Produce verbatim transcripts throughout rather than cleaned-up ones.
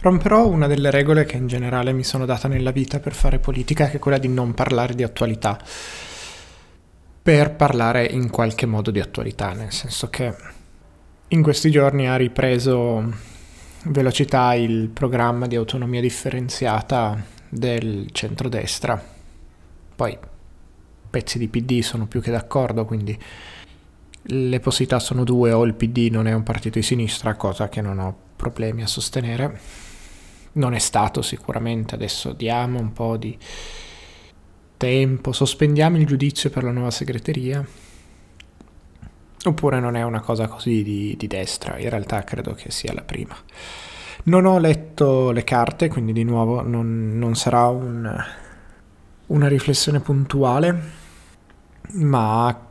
Romperò una delle regole che in generale mi sono data nella vita per fare politica, che è quella di non parlare di attualità, per parlare in qualche modo di attualità, nel senso che in questi giorni ha ripreso velocità il programma di autonomia differenziata del centrodestra. Poi pezzi di P D sono più che d'accordo, quindi le possibilità sono due: o il P D non è un partito di sinistra, cosa che non ho problemi a sostenere, non è stato sicuramente, adesso diamo un po' di tempo, sospendiamo il giudizio per la nuova segreteria, oppure non è una cosa così di, di destra. In realtà credo che sia la prima. Non ho letto le carte, quindi di nuovo non, non sarà un, una riflessione puntuale, ma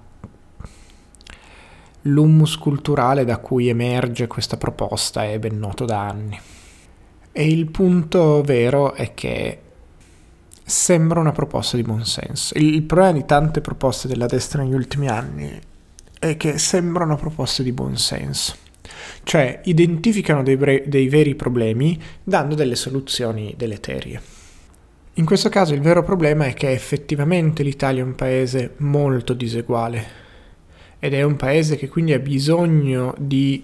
l'hummus culturale da cui emerge questa proposta è ben noto da anni. E il punto vero è che sembra una proposta di buonsenso. Il, il problema di tante proposte della destra negli ultimi anni è che sembrano proposte di buonsenso. Cioè, identificano dei, bre- dei veri problemi dando delle soluzioni deleterie. In questo caso il vero problema è che effettivamente l'Italia è un paese molto diseguale ed è un paese che quindi ha bisogno di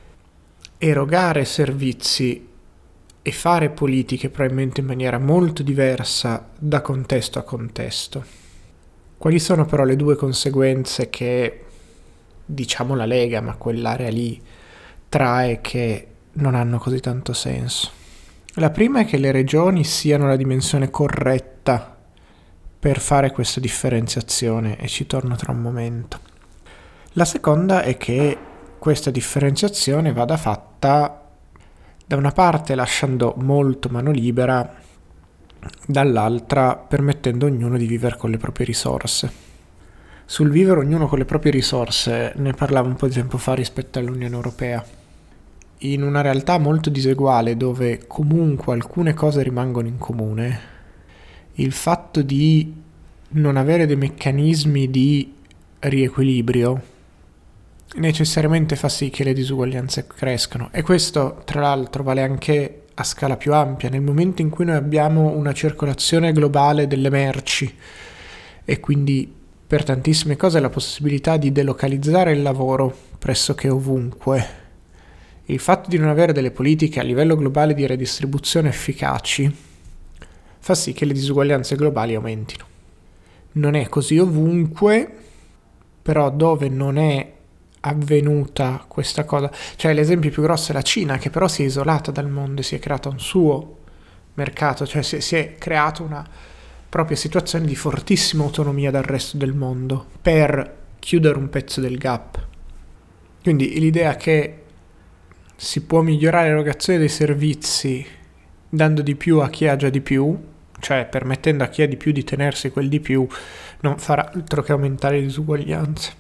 erogare servizi e fare politiche probabilmente in maniera molto diversa da contesto a contesto. Quali sono però le due conseguenze che, diciamo, la Lega, ma quell'area lì, trae che non hanno così tanto senso? La prima è che le regioni siano la dimensione corretta per fare questa differenziazione, e ci torno tra un momento. La seconda è che questa differenziazione vada fatta da una parte lasciando molto mano libera, dall'altra permettendo a ognuno di vivere con le proprie risorse. Sul vivere ognuno con le proprie risorse ne parlavo un po' di tempo fa rispetto all'Unione Europea. In una realtà molto diseguale, dove comunque alcune cose rimangono in comune, il fatto di non avere dei meccanismi di riequilibrio necessariamente fa sì che le disuguaglianze crescano. E questo, tra l'altro, vale anche a scala più ampia. Nel momento in cui noi abbiamo una circolazione globale delle merci e quindi per tantissime cose la possibilità di delocalizzare il lavoro pressoché ovunque, il fatto di non avere delle politiche a livello globale di redistribuzione efficaci fa sì che le disuguaglianze globali aumentino. Non è così ovunque, però dove non è avvenuta questa cosa, cioè l'esempio più grosso è la Cina, che però si è isolata dal mondo e si è creata un suo mercato, cioè si è, si è creata una propria situazione di fortissima autonomia dal resto del mondo per chiudere un pezzo del gap. Quindi l'idea che si può migliorare l'erogazione dei servizi dando di più a chi ha già di più, cioè permettendo a chi ha di più di tenersi quel di più, non farà altro che aumentare le disuguaglianze.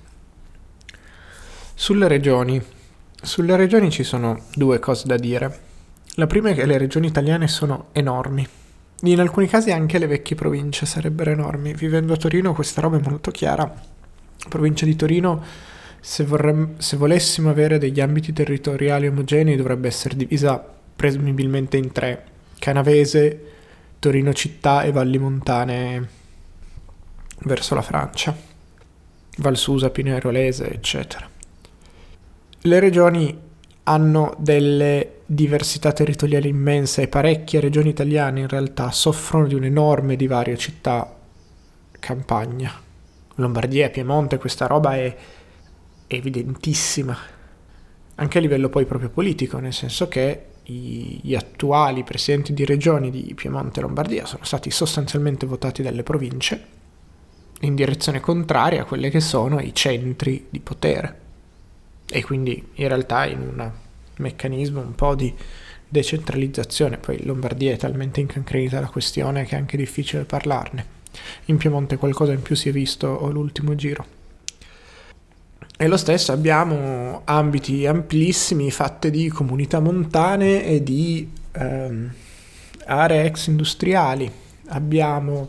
Sulle regioni. Sulle regioni ci sono due cose da dire. La prima è che le regioni italiane sono enormi. In alcuni casi anche le vecchie province sarebbero enormi. Vivendo a Torino questa roba è molto chiara. La provincia di Torino, se, vorrem- se volessimo avere degli ambiti territoriali omogenei, dovrebbe essere divisa presumibilmente in tre: Canavese, Torino città e valli montane verso la Francia, Val Susa, Pinerolese, eccetera. Le regioni hanno delle diversità territoriali immense e parecchie regioni italiane in realtà soffrono di un enorme divario città-campagna. Lombardia e Piemonte, questa roba è evidentissima, anche a livello poi proprio politico, nel senso che gli attuali presidenti di regioni di Piemonte e Lombardia sono stati sostanzialmente votati dalle province in direzione contraria a quelle che sono i centri di potere. E quindi in realtà in un meccanismo un po' di decentralizzazione. Poi Lombardia è talmente incancrenita la questione che è anche difficile parlarne. In Piemonte qualcosa in più si è visto l'ultimo giro. E lo stesso abbiamo ambiti amplissimi fatte di comunità montane e di ehm, aree ex industriali. Abbiamo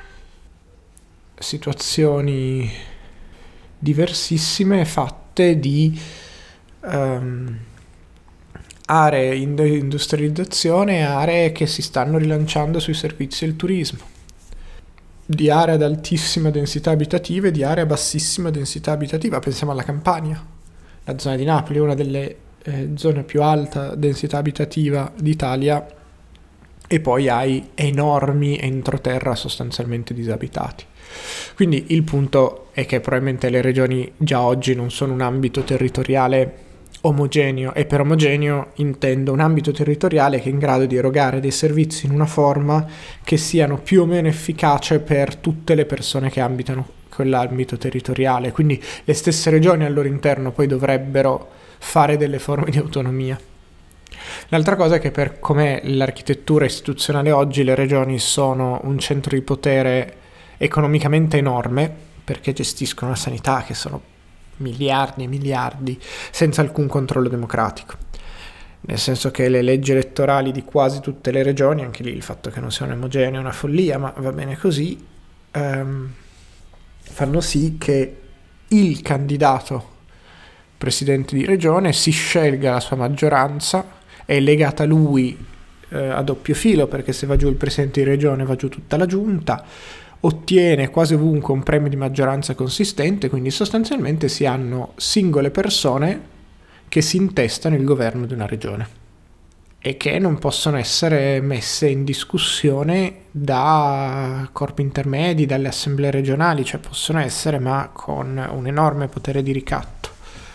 situazioni diversissime fatte di um, aree in industrializzazione, aree che si stanno rilanciando sui servizi e il turismo, di aree ad altissima densità abitativa e di aree a bassissima densità abitativa. Pensiamo alla Campania, la zona di Napoli è una delle eh, zone più alta densità abitativa d'Italia, e poi hai enormi entroterra sostanzialmente disabitati. Quindi il punto è che probabilmente le regioni già oggi non sono un ambito territoriale omogeneo, e per omogeneo intendo un ambito territoriale che è in grado di erogare dei servizi in una forma che siano più o meno efficace per tutte le persone che abitano quell'ambito territoriale. Quindi le stesse regioni al loro interno poi dovrebbero fare delle forme di autonomia. L'altra cosa è che per com'è l'architettura istituzionale oggi, le regioni sono un centro di potere economicamente enorme, perché gestiscono la sanità, che sono miliardi e miliardi, senza alcun controllo democratico. Nel senso che le leggi elettorali di quasi tutte le regioni, anche lì il fatto che non siano omogenee è una follia, ma va bene così, ehm, fanno sì che il candidato presidente di regione si scelga la sua maggioranza, è legata a lui eh, a doppio filo, perché se va giù il presidente di regione va giù tutta la giunta, ottiene quasi ovunque un premio di maggioranza consistente, quindi sostanzialmente si hanno singole persone che si intestano il governo di una regione e che non possono essere messe in discussione da corpi intermedi, dalle assemblee regionali, cioè possono essere, ma con un enorme potere di ricatto.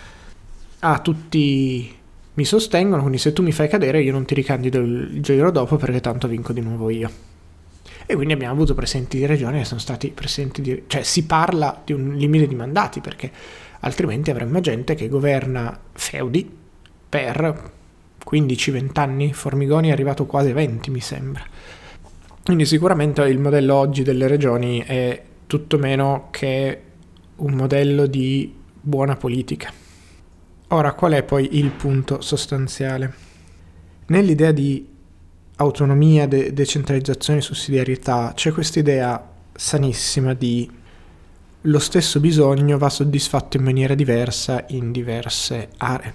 Ah, tutti mi sostengono, quindi se tu mi fai cadere io non ti ricandido il giro dopo, perché tanto vinco di nuovo io. E quindi abbiamo avuto presidenti di regione che sono stati presidenti di... cioè si parla di un limite di mandati, perché altrimenti avremmo gente che governa feudi per quindici venti anni. Formigoni è arrivato quasi a venti, mi sembra. Quindi sicuramente il modello oggi delle regioni è tutto meno che un modello di buona politica. Ora, qual è poi il punto sostanziale? Nell'idea di autonomia, de- decentralizzazione e sussidiarietà c'è questa idea sanissima di lo stesso bisogno va soddisfatto in maniera diversa in diverse aree.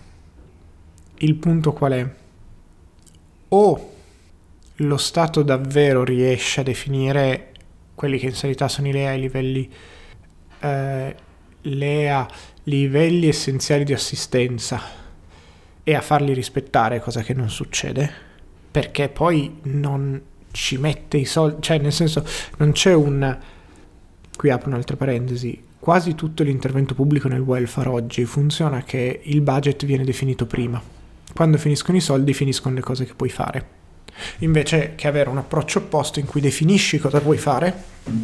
Il punto qual è? O lo Stato davvero riesce a definire quelli che in sanità sono i L E A, i livelli eh, L E A, livelli essenziali di assistenza, e a farli rispettare, cosa che non succede, perché poi non ci mette i soldi, cioè nel senso non c'è un... Qui apro un'altra parentesi, quasi tutto l'intervento pubblico nel welfare oggi funziona che il budget viene definito prima. Quando finiscono i soldi finiscono le cose che puoi fare. Invece che avere un approccio opposto in cui definisci cosa vuoi fare,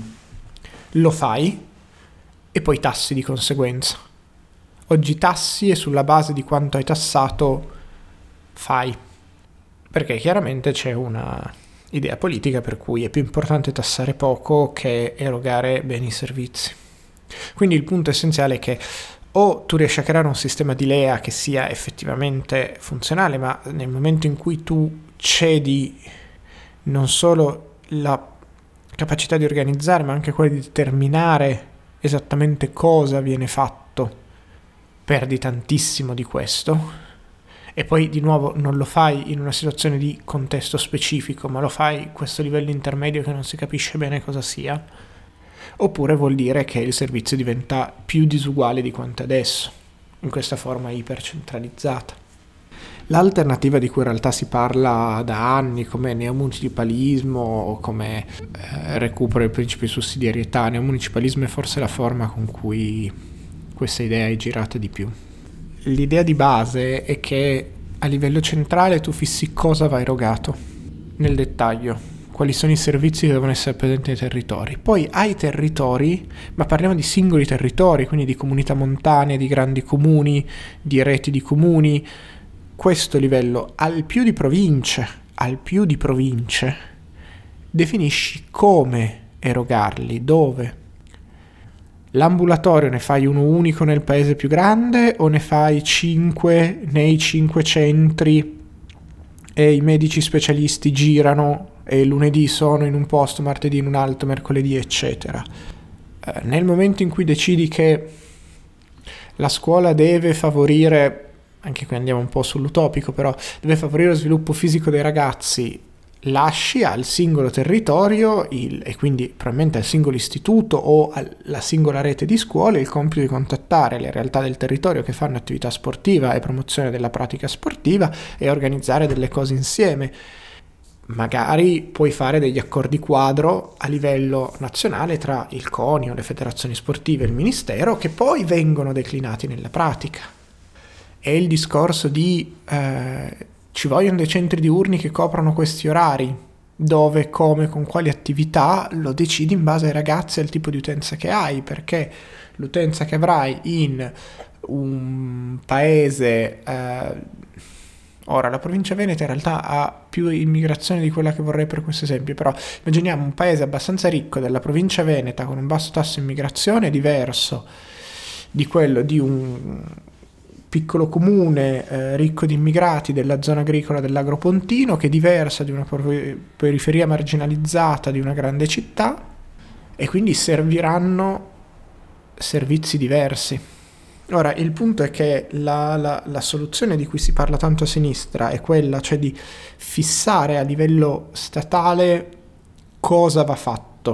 lo fai e poi tassi di conseguenza. Oggi tassi e sulla base di quanto hai tassato fai. Perché chiaramente c'è una idea politica per cui è più importante tassare poco che erogare beni e servizi. Quindi il punto essenziale è che o tu riesci a creare un sistema di L E A che sia effettivamente funzionale, ma nel momento in cui tu cedi non solo la capacità di organizzare, ma anche quella di determinare esattamente cosa viene fatto, perdi tantissimo di questo. E poi di nuovo non lo fai in una situazione di contesto specifico, ma lo fai a questo livello intermedio che non si capisce bene cosa sia. Oppure vuol dire che il servizio diventa più disuguale di quanto è adesso, in questa forma ipercentralizzata. L'alternativa di cui in realtà si parla da anni come neomunicipalismo o come eh, recupero del principio di sussidiarietà, neomunicipalismo è forse la forma con cui questa idea è girata di più. L'idea di base è che a livello centrale tu fissi cosa va erogato nel dettaglio, quali sono i servizi che devono essere presenti nei territori. Poi ai territori, ma parliamo di singoli territori, quindi di comunità montane, di grandi comuni, di reti di comuni, questo livello al più di province, al più di province, definisci come erogarli, dove. L'ambulatorio ne fai uno unico nel paese più grande o ne fai cinque nei cinque centri e i medici specialisti girano e lunedì sono in un posto, martedì in un altro, mercoledì eccetera. Nel momento in cui decidi che la scuola deve favorire anche qui andiamo un po' sull'utopico, però deve favorire lo sviluppo fisico dei ragazzi, lasci al singolo territorio il, e quindi probabilmente al singolo istituto o alla singola rete di scuole il compito di contattare le realtà del territorio che fanno attività sportiva e promozione della pratica sportiva e organizzare delle cose insieme. Magari puoi fare degli accordi quadro a livello nazionale tra il CONI o le federazioni sportive e il ministero che poi vengono declinati nella pratica. E il discorso di eh, ci vogliono dei centri diurni che coprano questi orari, dove, come, con quali attività lo decidi in base ai ragazzi e al tipo di utenza che hai, perché l'utenza che avrai in un paese, eh, ora la provincia Veneta in realtà ha più immigrazione di quella che vorrei per questo esempio, però immaginiamo un paese abbastanza ricco della provincia Veneta con un basso tasso di immigrazione diverso di quello di un piccolo comune eh, ricco di immigrati della zona agricola dell'Agropontino, che è diversa di una periferia marginalizzata di una grande città, e quindi serviranno servizi diversi. Ora, il punto è che la, la, la soluzione di cui si parla tanto a sinistra è quella, cioè di fissare a livello statale cosa va fatto,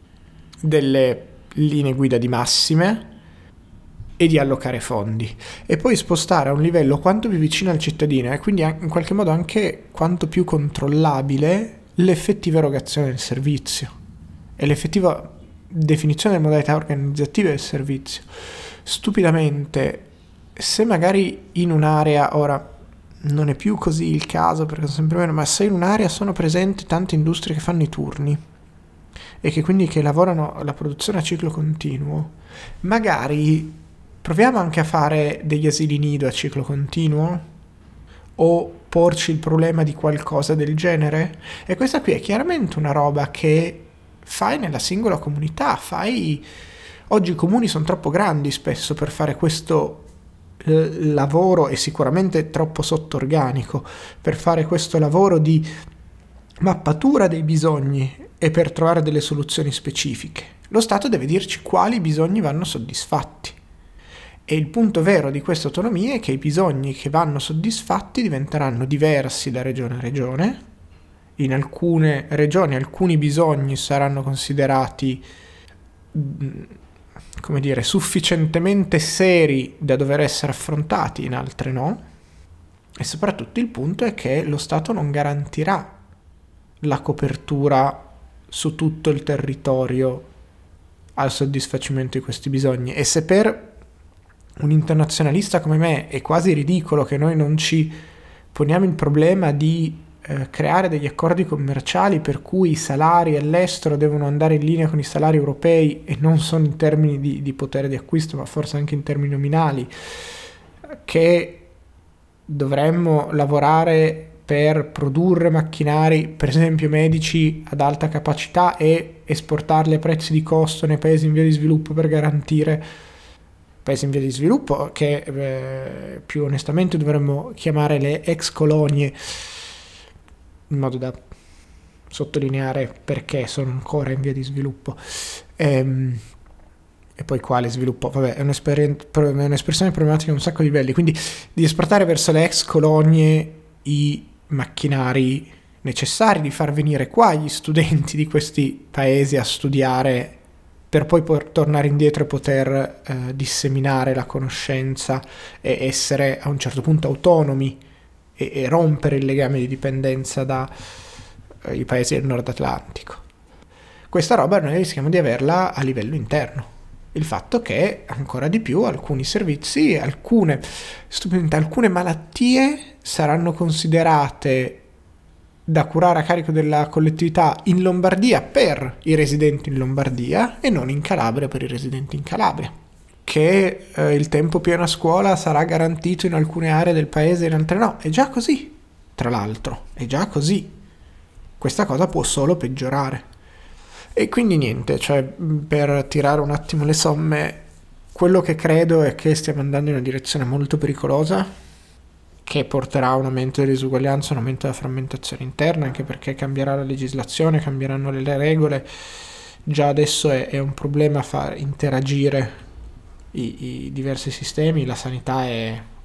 delle linee guida di massime e di allocare fondi, e poi spostare a un livello quanto più vicino al cittadino e quindi in qualche modo anche quanto più controllabile l'effettiva erogazione del servizio e l'effettiva definizione delle modalità organizzative del servizio. Stupidamente, se magari in un'area, ora non è più così il caso perché sono sempre meno, ma se in un'area sono presenti tante industrie che fanno i turni e che quindi che lavorano la produzione a ciclo continuo, magari proviamo anche a fare degli asili nido a ciclo continuo o porci il problema di qualcosa del genere. E questa qui è chiaramente una roba che fai nella singola comunità, fai... Oggi i comuni sono troppo grandi spesso per fare questo eh, lavoro, e sicuramente troppo sottorganico per fare questo lavoro di mappatura dei bisogni e per trovare delle soluzioni specifiche. Lo Stato deve dirci quali bisogni vanno soddisfatti. E il punto vero di questa autonomia è che i bisogni che vanno soddisfatti diventeranno diversi da regione a regione. In alcune regioni alcuni bisogni saranno considerati, come dire, sufficientemente seri da dover essere affrontati, in altre no. E soprattutto il punto è che lo Stato non garantirà la copertura su tutto il territorio al soddisfacimento di questi bisogni. E se per un internazionalista come me è quasi ridicolo che noi non ci poniamo il problema di eh, creare degli accordi commerciali per cui i salari all'estero devono andare in linea con i salari europei, e non solo in termini di, di potere di acquisto, ma forse anche in termini nominali, che dovremmo lavorare per produrre macchinari, per esempio medici, ad alta capacità e esportarli a prezzi di costo nei paesi in via di sviluppo per garantire paesi in via di sviluppo, che eh, più onestamente dovremmo chiamare le ex colonie, in modo da sottolineare perché sono ancora in via di sviluppo. Ehm, e poi quale sviluppo? Vabbè, è, è un'espressione problematica a un sacco di livelli, quindi di esportare verso le ex colonie i macchinari necessari, di far venire qua gli studenti di questi paesi a studiare per poi por- tornare indietro e poter eh, disseminare la conoscenza e essere a un certo punto autonomi e, e rompere il legame di dipendenza dai eh, paesi del Nord Atlantico. Questa roba noi rischiamo di averla a livello interno. Il fatto che ancora di più alcuni servizi, alcune, stupidamente, alcune malattie saranno considerate da curare a carico della collettività in Lombardia per i residenti in Lombardia e non in Calabria per i residenti in Calabria. Che eh, il tempo pieno a scuola sarà garantito in alcune aree del paese e in altre no. È già così, tra l'altro, è già così. Questa cosa può solo peggiorare. E quindi niente, cioè per tirare un attimo le somme, quello che credo è che stiamo andando in una direzione molto pericolosa, che porterà a un aumento delle disuguaglianze, un aumento della frammentazione interna, anche perché cambierà la legislazione, cambieranno le regole. Già adesso è, è un problema far interagire i, i diversi sistemi, la sanità è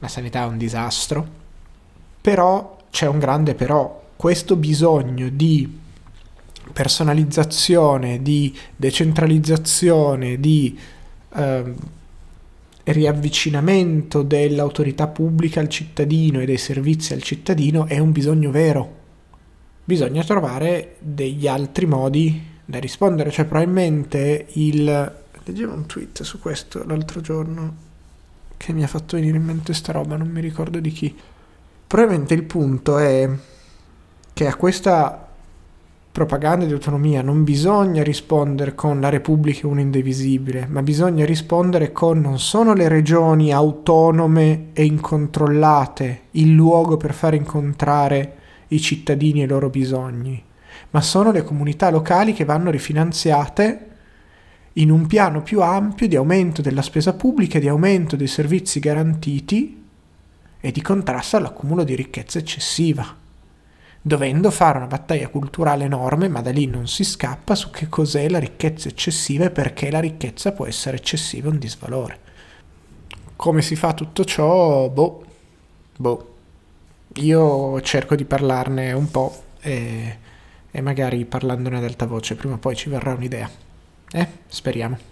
la sanità è un disastro, però c'è un grande però, questo bisogno di personalizzazione, di decentralizzazione, di eh, riavvicinamento dell'autorità pubblica al cittadino e dei servizi al cittadino è un bisogno vero. Bisogna trovare degli altri modi da rispondere, cioè probabilmente il... Leggevo un tweet su questo l'altro giorno che mi ha fatto venire in mente sta roba, non mi ricordo di chi. Probabilmente il punto è che a questa propaganda di autonomia non bisogna rispondere con la Repubblica è una indivisibile, ma bisogna rispondere con non sono le regioni autonome e incontrollate il luogo per far incontrare i cittadini e i loro bisogni, ma sono le comunità locali che vanno rifinanziate in un piano più ampio di aumento della spesa pubblica, di aumento dei servizi garantiti e di contrasto all'accumulo di ricchezza eccessiva, dovendo fare una battaglia culturale enorme, ma da lì non si scappa su che cos'è la ricchezza eccessiva e perché la ricchezza può essere eccessiva e un disvalore. Come si fa tutto ciò? Boh, boh. Io cerco di parlarne un po' e, e magari parlandone ad alta voce prima o poi ci verrà un'idea. Eh, speriamo.